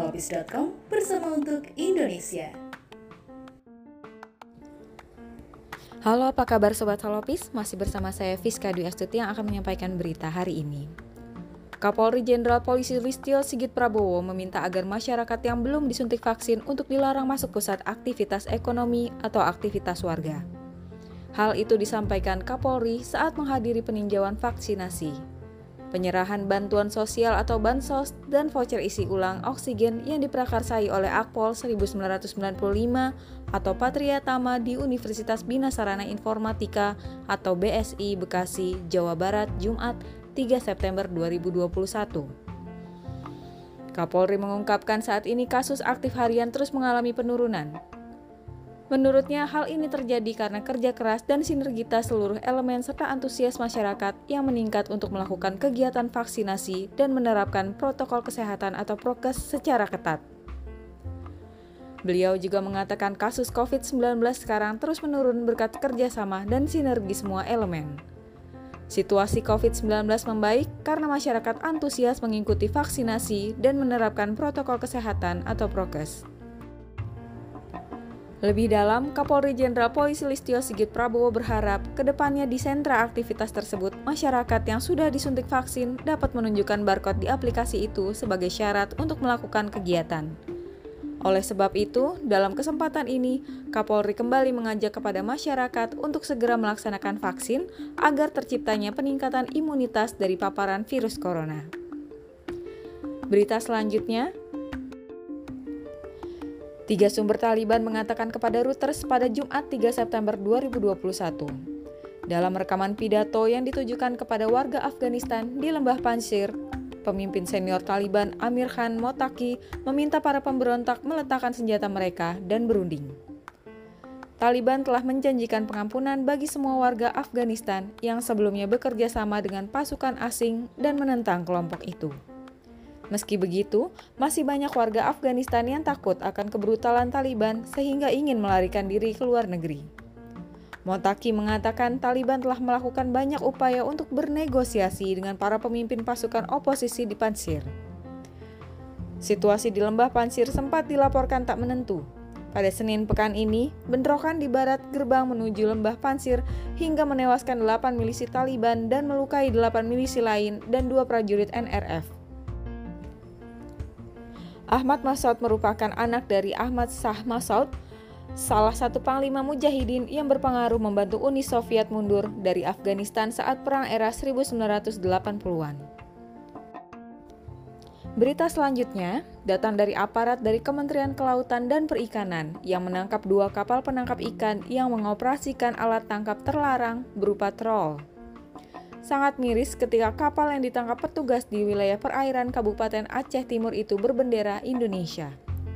salopis.com bersama untuk Indonesia. Halo, apa kabar Sobat Salopis? Masih bersama saya Fiska Dwi Astuti yang akan menyampaikan berita hari ini. Kapolri Jenderal Polisi Listio Sigit Prabowo meminta agar masyarakat yang belum disuntik vaksin untuk dilarang masuk pusat aktivitas ekonomi atau aktivitas warga. Hal itu disampaikan Kapolri saat menghadiri peninjauan vaksinasi, penyerahan bantuan sosial atau bansos, dan voucher isi ulang oksigen yang diprakarsai oleh Akpol 1995 atau Patria Tama di Universitas Bina Sarana Informatika atau BSI Bekasi, Jawa Barat, Jumat 3 September 2021. Kapolri mengungkapkan saat ini kasus aktif harian terus mengalami penurunan. Menurutnya, hal ini terjadi karena kerja keras dan sinergitas seluruh elemen serta antusias masyarakat yang meningkat untuk melakukan kegiatan vaksinasi dan menerapkan protokol kesehatan atau prokes secara ketat. Beliau juga mengatakan kasus COVID-19 sekarang terus menurun berkat kerjasama dan sinergi semua elemen. Situasi COVID-19 membaik karena masyarakat antusias mengikuti vaksinasi dan menerapkan protokol kesehatan atau prokes. Lebih dalam, Kapolri Jenderal Polisi Listio Sigit Prabowo berharap kedepannya di sentra aktivitas tersebut, masyarakat yang sudah disuntik vaksin dapat menunjukkan barcode di aplikasi itu sebagai syarat untuk melakukan kegiatan. Oleh sebab itu, dalam kesempatan ini, Kapolri kembali mengajak kepada masyarakat untuk segera melaksanakan vaksin agar terciptanya peningkatan imunitas dari paparan virus corona. Berita selanjutnya, 3 sumber Taliban mengatakan kepada Reuters pada Jumat 3 September 2021. Dalam rekaman pidato yang ditujukan kepada warga Afghanistan di Lembah Panjshir, pemimpin senior Taliban Amir Khan Mottaki meminta para pemberontak meletakkan senjata mereka dan berunding. Taliban telah menjanjikan pengampunan bagi semua warga Afghanistan yang sebelumnya bekerja sama dengan pasukan asing dan menentang kelompok itu. Meski begitu, masih banyak warga Afghanistan yang takut akan kebrutalan Taliban sehingga ingin melarikan diri ke luar negeri. Mottaki mengatakan Taliban telah melakukan banyak upaya untuk bernegosiasi dengan para pemimpin pasukan oposisi di Panjshir. Situasi di Lembah Panjshir sempat dilaporkan tak menentu. Pada Senin pekan ini, bentrokan di barat gerbang menuju Lembah Panjshir hingga menewaskan 8 milisi Taliban dan melukai 8 milisi lain dan 2 prajurit NRF. Ahmad Massoud merupakan anak dari Ahmad Shah Massoud, salah satu panglima mujahidin yang berpengaruh membantu Uni Soviet mundur dari Afghanistan saat perang era 1980-an. Berita selanjutnya datang dari aparat dari Kementerian Kelautan dan Perikanan yang menangkap 2 kapal penangkap ikan yang mengoperasikan alat tangkap terlarang berupa trol. Sangat miris ketika kapal yang ditangkap petugas di wilayah perairan Kabupaten Aceh Timur itu berbendera Indonesia.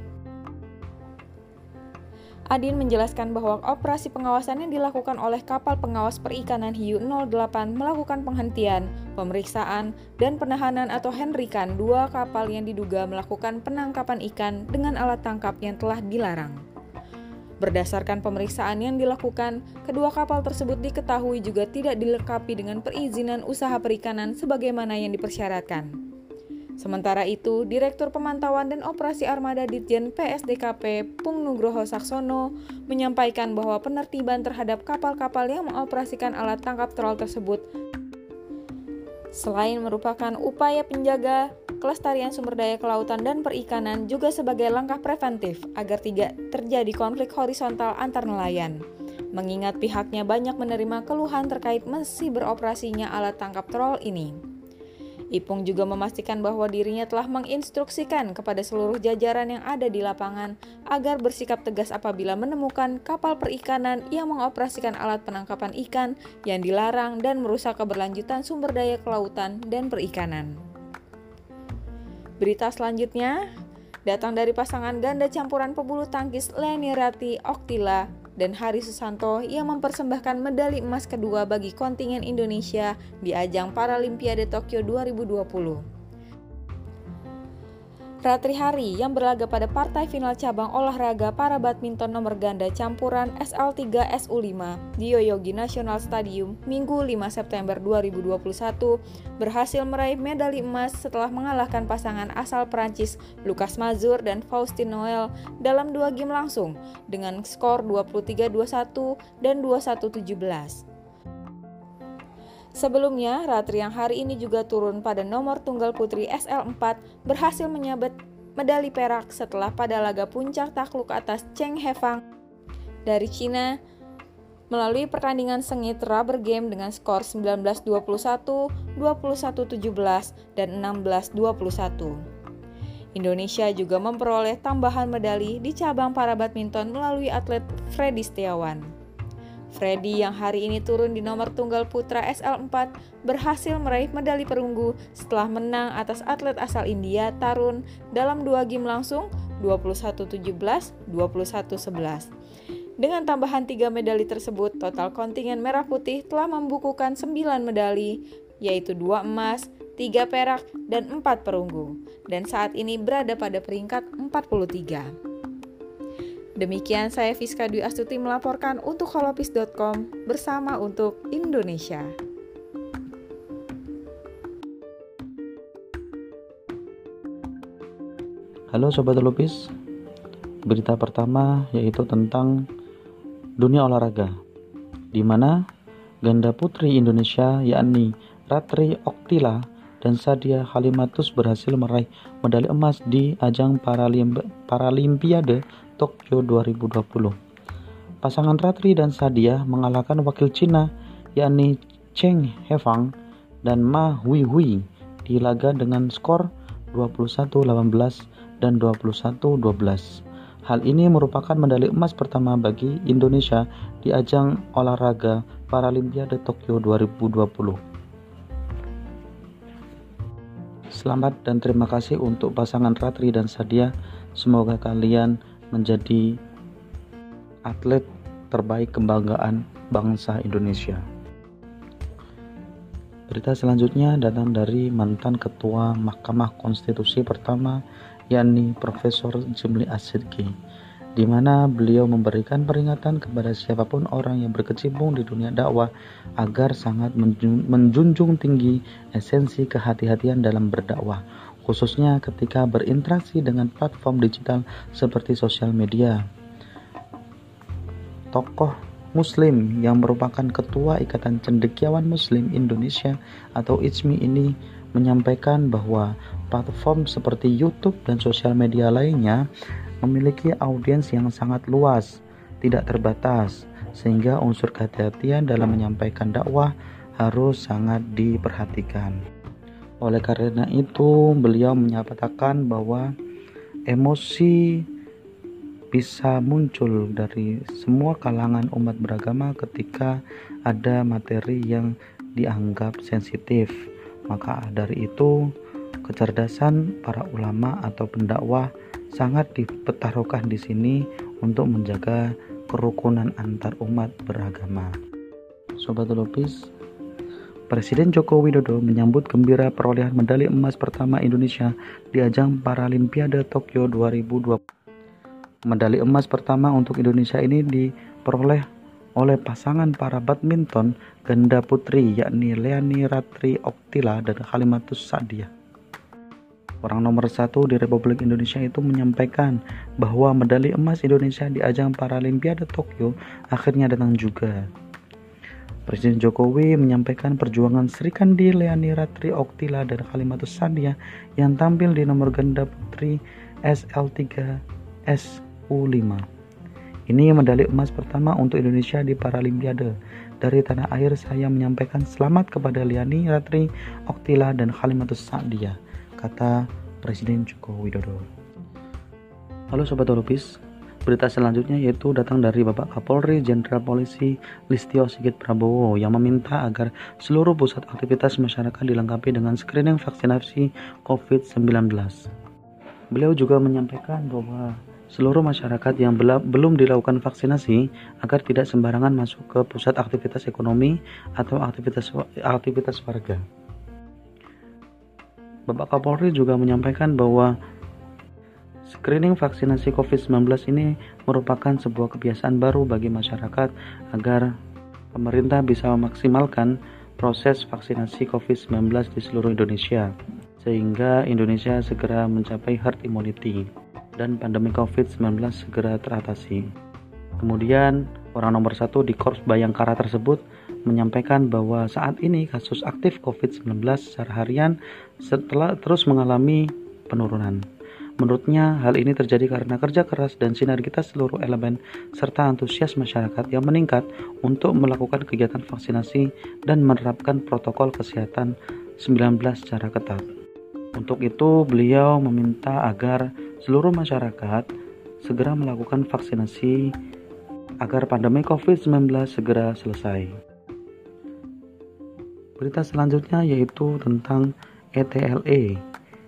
Adin menjelaskan bahwa operasi pengawasan yang dilakukan oleh kapal pengawas perikanan Hiu 08 melakukan penghentian, pemeriksaan, dan penahanan atau henrikan 2 kapal yang diduga melakukan penangkapan ikan dengan alat tangkap yang telah dilarang. Berdasarkan pemeriksaan yang dilakukan, kedua kapal tersebut diketahui juga tidak dilengkapi dengan perizinan usaha perikanan sebagaimana yang dipersyaratkan. Sementara itu, Direktur Pemantauan dan Operasi Armada Ditjen PSDKP Pung Nugroho Saksono menyampaikan bahwa penertiban terhadap kapal-kapal yang mengoperasikan alat tangkap trol tersebut selain merupakan upaya penjaga kelestarian sumber daya kelautan dan perikanan juga sebagai langkah preventif agar tidak terjadi konflik horizontal antar nelayan. Mengingat pihaknya banyak menerima keluhan terkait masih beroperasinya alat tangkap trol ini. Ipung juga memastikan bahwa dirinya telah menginstruksikan kepada seluruh jajaran yang ada di lapangan agar bersikap tegas apabila menemukan kapal perikanan yang mengoperasikan alat penangkapan ikan yang dilarang dan merusak keberlanjutan sumber daya kelautan dan perikanan. Berita selanjutnya datang dari pasangan ganda campuran pebulu tangkis Leni Rati Oktila dan Hari Susanto yang mempersembahkan medali emas kedua bagi kontingen Indonesia di ajang Paralimpiade Tokyo 2020. Ratri Hari yang berlaga pada partai final cabang olahraga para badminton nomor ganda campuran SL3 SU5 di Yoyogi National Stadium Minggu 5 September 2021 berhasil meraih medali emas setelah mengalahkan pasangan asal Prancis Lucas Mazur dan Faustin Noel dalam 2 game langsung dengan skor 23-21 dan 21-17. Sebelumnya, Ratri yang hari ini juga turun pada nomor tunggal putri SL4 berhasil menyabet medali perak setelah pada laga puncak takluk atas Cheng Hefang dari Cina melalui pertandingan sengit rubber game dengan skor 19-21, 21-17, dan 16-21. Indonesia juga memperoleh tambahan medali di cabang para badminton melalui atlet Freddy Setiawan. Freddy yang hari ini turun di nomor tunggal putra SL4 berhasil meraih medali perunggu setelah menang atas atlet asal India Tarun dalam 2 game langsung 21-17, 21-11. Dengan tambahan 3 medali tersebut, total kontingen Merah Putih telah membukukan 9 medali, yaitu 2 emas, 3 perak, dan 4 perunggu, dan saat ini berada pada peringkat 43. Demikian saya Fiska Dwi Astuti melaporkan untuk holopis.com bersama untuk Indonesia. Halo Sobat Holopis, berita pertama yaitu tentang dunia olahraga, di mana ganda putri Indonesia yakni Ratri Oktila dan Sadia Halimatus berhasil meraih medali emas di ajang Paralimpiade Tokyo 2020. Pasangan Ratri dan Sadia mengalahkan wakil Cina yakni Cheng Hefang dan Ma Huihui di laga dengan skor 21-18 dan 21-12. Hal ini merupakan medali emas pertama bagi Indonesia di ajang olahraga Paralimpiade Tokyo 2020. Selamat dan terima kasih untuk pasangan Ratri dan Sadia. Semoga kalian menjadi atlet terbaik kebanggaan bangsa Indonesia. Berita selanjutnya datang dari mantan Ketua Mahkamah Konstitusi pertama, yakni Profesor Jimli Asidki, di mana beliau memberikan peringatan kepada siapapun orang yang berkecimpung di dunia dakwah agar sangat menjunjung tinggi esensi kehati-hatian dalam berdakwah, khususnya ketika berinteraksi dengan platform digital seperti sosial media. Tokoh Muslim yang merupakan Ketua Ikatan Cendekiawan Muslim Indonesia atau ICMI ini menyampaikan bahwa platform seperti YouTube dan sosial media lainnya memiliki audiens yang sangat luas, tidak terbatas, sehingga unsur kehati-hatian dalam menyampaikan dakwah harus sangat diperhatikan. Oleh karena itu, beliau menyatakan bahwa emosi bisa muncul dari semua kalangan umat beragama ketika ada materi yang dianggap sensitif. Maka dari itu, kecerdasan para ulama atau pendakwah sangat dipertaruhkan di sini untuk menjaga kerukunan antar umat beragama. Sobat Holopis, Presiden Joko Widodo menyambut gembira perolehan medali emas pertama Indonesia di ajang Paralimpiade Tokyo 2020. Medali emas pertama untuk Indonesia ini diperoleh oleh pasangan para badminton ganda putri yakni Leani Ratri Oktila dan Halimatus Sadia. Orang nomor 1 di Republik Indonesia itu menyampaikan bahwa medali emas Indonesia di ajang Paralimpiade Tokyo akhirnya datang juga. Presiden Jokowi menyampaikan perjuangan Sri Kandi Leani Ratri Oktila dan Halimatus Sadia yang tampil di nomor ganda putri SL3 SU5. Ini medali emas pertama untuk Indonesia di Paralimpiade. Dari tanah air saya menyampaikan selamat kepada Leani Ratri Oktila dan Halimatus Sadia, kata Presiden Joko Widodo. Halo Sobat Holopis, berita selanjutnya yaitu datang dari Bapak Kapolri Jenderal Polisi Listio Sigit Prabowo yang meminta agar seluruh pusat aktivitas masyarakat dilengkapi dengan screening vaksinasi COVID-19. Beliau juga menyampaikan bahwa seluruh masyarakat yang belum dilakukan vaksinasi agar tidak sembarangan masuk ke pusat aktivitas ekonomi atau aktivitas warga. Bapak Kapolri juga menyampaikan bahwa Screening vaksinasi COVID-19 ini merupakan sebuah kebiasaan baru bagi masyarakat agar pemerintah bisa memaksimalkan proses vaksinasi COVID-19 di seluruh Indonesia, sehingga Indonesia segera mencapai herd immunity dan pandemi COVID-19 segera teratasi. Kemudian, orang nomor 1 di Korps Bayangkara tersebut menyampaikan bahwa saat ini kasus aktif COVID-19 secara harian setelah terus mengalami penurunan. Menurutnya, hal ini terjadi karena kerja keras dan sinergitas seluruh elemen serta antusias masyarakat yang meningkat untuk melakukan kegiatan vaksinasi dan menerapkan protokol kesehatan 19 secara ketat. Untuk itu, beliau meminta agar seluruh masyarakat segera melakukan vaksinasi agar pandemi COVID-19 segera selesai. Berita selanjutnya yaitu tentang ETLE,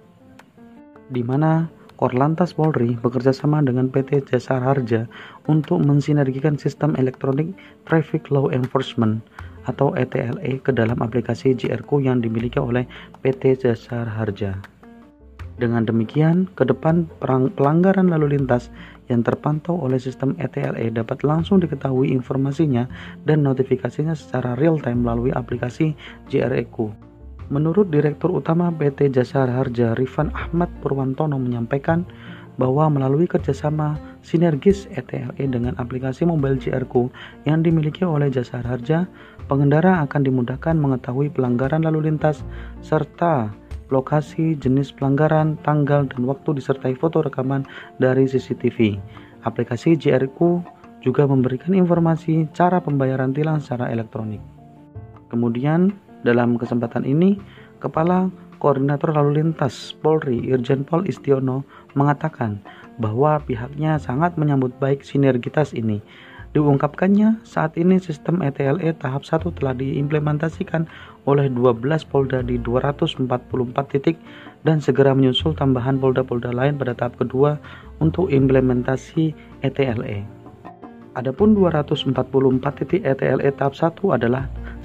di mana Korlantas Polri bekerjasama dengan PT Jasara Harja untuk mensinergikan sistem Electronic Traffic Law Enforcement atau ETLE ke dalam aplikasi JRQ yang dimiliki oleh PT Jasara Harja. Dengan demikian, ke depan pelanggaran lalu lintas yang terpantau oleh sistem ETLE dapat langsung diketahui informasinya dan notifikasinya secara real time melalui aplikasi JRQ. Menurut Direktur Utama PT Jasara Harja Rifan Ahmad Purwantono menyampaikan bahwa melalui kerjasama sinergis ETLE dengan aplikasi mobile JRQ yang dimiliki oleh Jasara Harja, pengendara akan dimudahkan mengetahui pelanggaran lalu lintas serta lokasi, jenis pelanggaran, tanggal, dan waktu disertai foto rekaman dari CCTV. Aplikasi JRQ juga memberikan informasi cara pembayaran tilang secara elektronik. Kemudian, dalam kesempatan ini, Kepala Koordinator Lalu Lintas Polri Irjen Pol Istiono mengatakan bahwa pihaknya sangat menyambut baik sinergitas ini. Diungkapkannya, saat ini sistem ETLE tahap 1 telah diimplementasikan oleh 12 Polda di 244 titik dan segera menyusul tambahan Polda-Polda lain pada tahap kedua untuk implementasi ETLE. Adapun 244 titik ETLE tahap 1 adalah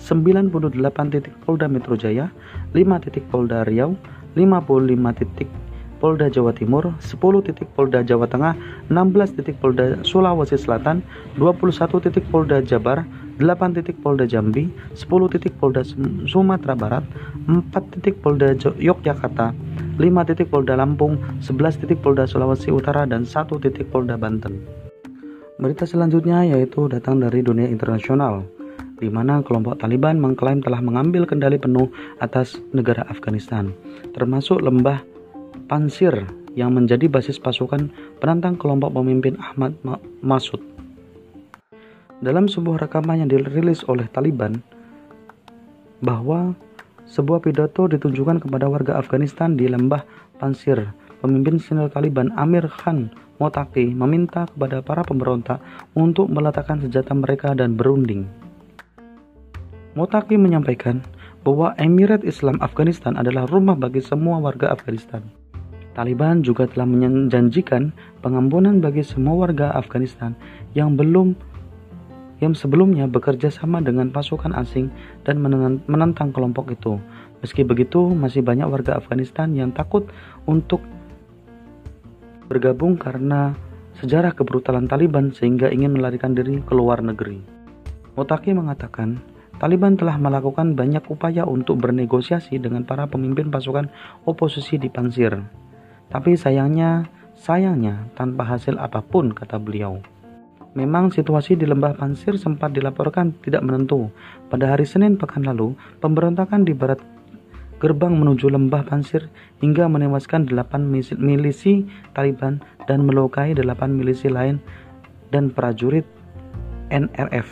98 titik Polda Metro Jaya, 5 titik Polda Riau, 55 titik Polda Jawa Timur, 10 titik Polda Jawa Tengah, 16 titik Polda Sulawesi Selatan, 21 titik Polda Jabar, 8 titik Polda Jambi, 10 titik Polda Sumatera Barat, 4 titik Polda Yogyakarta, 5 titik Polda Lampung, 11 titik Polda Sulawesi Utara, dan 1 titik Polda Banten. Berita selanjutnya yaitu datang dari dunia internasional, di mana kelompok Taliban mengklaim telah mengambil kendali penuh atas negara Afghanistan, termasuk lembah Pansir yang menjadi basis pasukan penantang kelompok pemimpin Ahmad Masud. Dalam sebuah rekaman yang dirilis oleh Taliban, bahwa sebuah pidato ditunjukkan kepada warga Afghanistan di lembah Pansir, pemimpin senior Taliban Amir Khan Mottaqi meminta kepada para pemberontak untuk meletakkan senjata mereka dan berunding. Mottaqi menyampaikan bahwa Emirat Islam Afghanistan adalah rumah bagi semua warga Afghanistan. Taliban juga telah menjanjikan pengampunan bagi semua warga Afghanistan yang sebelumnya bekerja sama dengan pasukan asing dan menentang kelompok itu. Meski begitu, masih banyak warga Afghanistan yang takut untuk bergabung karena sejarah kebrutalan Taliban sehingga ingin melarikan diri ke luar negeri. Mottaqi mengatakan, Taliban telah melakukan banyak upaya untuk bernegosiasi dengan para pemimpin pasukan oposisi di Pansir. Tapi sayangnya tanpa hasil apapun, kata beliau. Memang situasi di lembah Pansir sempat dilaporkan tidak menentu. Pada hari Senin pekan lalu, pemberontakan di barat gerbang menuju lembah Pansir hingga menewaskan 8 milisi Taliban dan melukai 8 milisi lain dan prajurit NRF.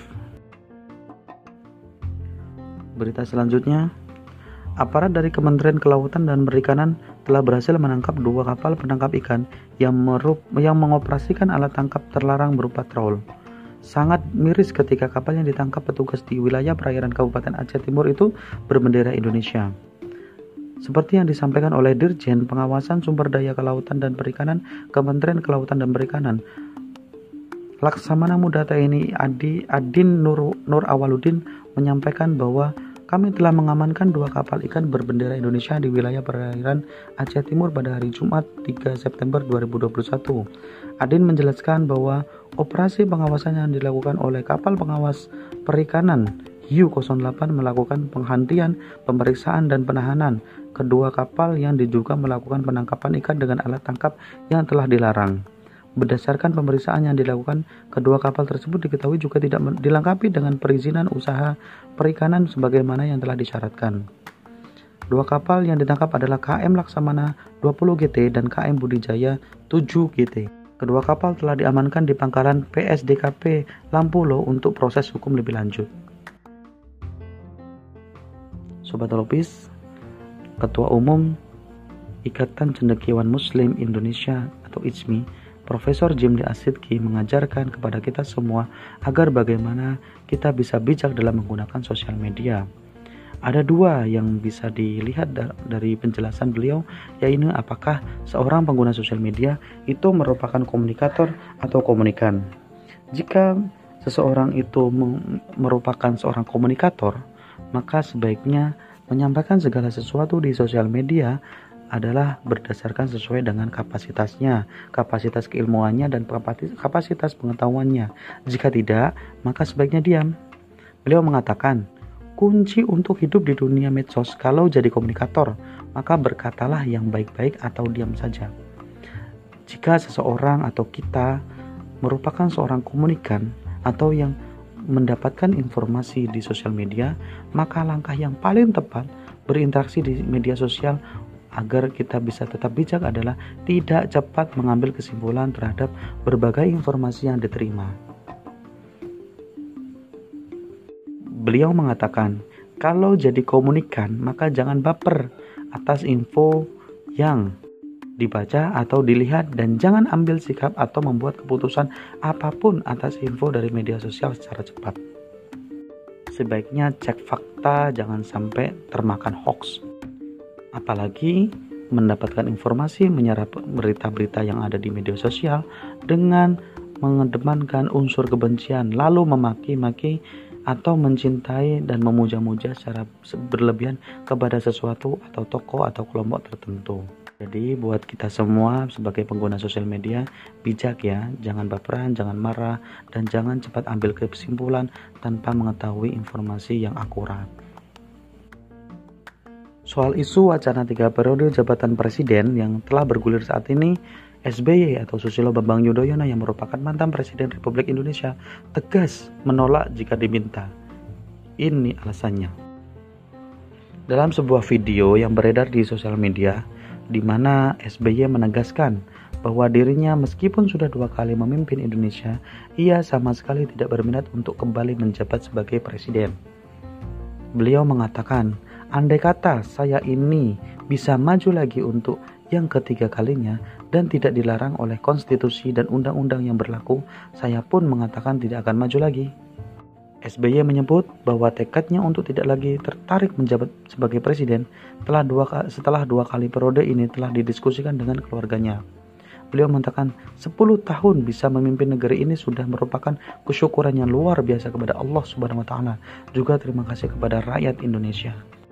Berita selanjutnya, aparat dari Kementerian Kelautan dan Perikanan telah berhasil menangkap 2 kapal penangkap ikan yang mengoperasikan alat tangkap terlarang berupa trawl. Sangat miris ketika kapal yang ditangkap petugas di wilayah perairan Kabupaten Aceh Timur itu berbendera Indonesia. Seperti yang disampaikan oleh Dirjen Pengawasan Sumber Daya Kelautan dan Perikanan Kementerian Kelautan dan Perikanan, Laksamana Muda TNI Adin Nur Awaludin menyampaikan bahwa kami telah mengamankan 2 kapal ikan berbendera Indonesia di wilayah perairan Aceh Timur pada hari Jumat 3 September 2021. Adin menjelaskan bahwa operasi pengawasan yang dilakukan oleh kapal pengawas perikanan Hiu 08 melakukan penghentian, pemeriksaan, dan penahanan kedua kapal yang diduga melakukan penangkapan ikan dengan alat tangkap yang telah dilarang. Berdasarkan pemeriksaan yang dilakukan, kedua kapal tersebut diketahui juga tidak dilengkapi dengan perizinan usaha perikanan sebagaimana yang telah disyaratkan. 2 kapal yang ditangkap adalah KM Laksamana 20 GT dan KM Budijaya 7 GT. Kedua kapal telah diamankan di pangkalan PSDKP Lampulo untuk proses hukum lebih lanjut. Sobat Holopis, Ketua Umum Ikatan Cendekiawan Muslim Indonesia atau ICMI, Profesor Jimli Asidki mengajarkan kepada kita semua agar bagaimana kita bisa bijak dalam menggunakan sosial media. Ada 2 yang bisa dilihat dari penjelasan beliau, yaitu apakah seorang pengguna sosial media itu merupakan komunikator atau komunikan. Jika seseorang itu merupakan seorang komunikator, maka sebaiknya menyampaikan segala sesuatu di sosial media adalah berdasarkan sesuai dengan kapasitasnya, kapasitas keilmuannya, dan kapasitas pengetahuannya. Jika tidak, maka sebaiknya diam. Beliau mengatakan, kunci untuk hidup di dunia medsos kalau jadi komunikator, maka berkatalah yang baik-baik atau diam saja. Jika seseorang atau kita merupakan seorang komunikan atau yang mendapatkan informasi di sosial media, maka langkah yang paling tepat berinteraksi di media sosial agar kita bisa tetap bijak adalah tidak cepat mengambil kesimpulan terhadap berbagai informasi yang diterima. Beliau mengatakan, kalau jadi komunikan maka jangan baper atas info yang dibaca atau dilihat, dan jangan ambil sikap atau membuat keputusan apapun atas info dari media sosial secara cepat. Sebaiknya cek fakta, jangan sampai termakan hoax. Apalagi mendapatkan informasi menyerap berita-berita yang ada di media sosial dengan mengedepankan unsur kebencian, lalu memaki-maki atau mencintai dan memuja-muja secara berlebihan kepada sesuatu atau tokoh atau kelompok tertentu. Jadi buat kita semua sebagai pengguna sosial media, bijak ya, jangan baperan, jangan marah, dan jangan cepat ambil kesimpulan tanpa mengetahui informasi yang akurat. Soal isu wacana 3 periode jabatan presiden yang telah bergulir saat ini, SBY atau Susilo Bambang Yudhoyono yang merupakan mantan Presiden Republik Indonesia tegas menolak jika diminta. Ini alasannya. Dalam sebuah video yang beredar di sosial media, di mana SBY menegaskan bahwa dirinya meskipun sudah 2 kali memimpin Indonesia, ia sama sekali tidak berminat untuk kembali menjabat sebagai presiden. Beliau mengatakan, andai kata saya ini bisa maju lagi untuk yang ketiga kalinya dan tidak dilarang oleh konstitusi dan undang-undang yang berlaku, saya pun mengatakan tidak akan maju lagi. SBY menyebut bahwa tekadnya untuk tidak lagi tertarik menjabat sebagai presiden setelah 2 kali periode ini telah didiskusikan dengan keluarganya. Beliau mengatakan 10 tahun bisa memimpin negeri ini sudah merupakan kesyukuran yang luar biasa kepada Allah Subhanahu wa taala. Juga terima kasih kepada rakyat Indonesia.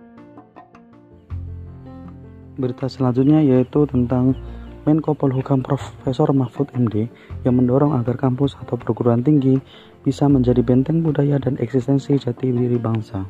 Berita selanjutnya yaitu tentang Menko Polhukam Profesor Mahfud MD yang mendorong agar kampus atau perguruan tinggi bisa menjadi benteng budaya dan eksistensi jati diri bangsa.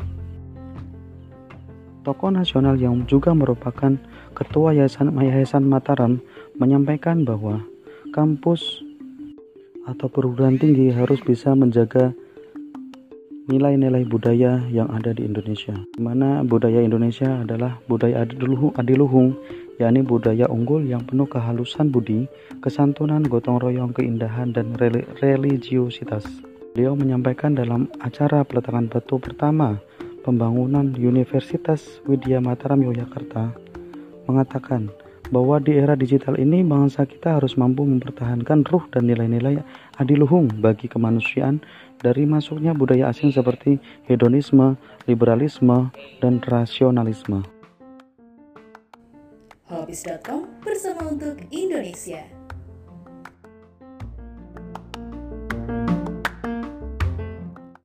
Tokoh nasional yang juga merupakan Ketua Yayasan Mataram menyampaikan bahwa kampus atau perguruan tinggi harus bisa menjaga nilai-nilai budaya yang ada di Indonesia, di mana budaya Indonesia adalah budaya adiluhung, yakni budaya unggul yang penuh kehalusan budi, kesantunan, gotong royong, keindahan, dan religiositas. Beliau menyampaikan dalam acara peletakan batu pertama pembangunan Universitas Widya Mataram Yogyakarta, mengatakan bahwa di era digital ini bangsa kita harus mampu mempertahankan ruh dan nilai-nilai adiluhung bagi kemanusiaan dari masuknya budaya asing seperti hedonisme, liberalisme, dan rasionalisme. Holopis.com bersama untuk Indonesia.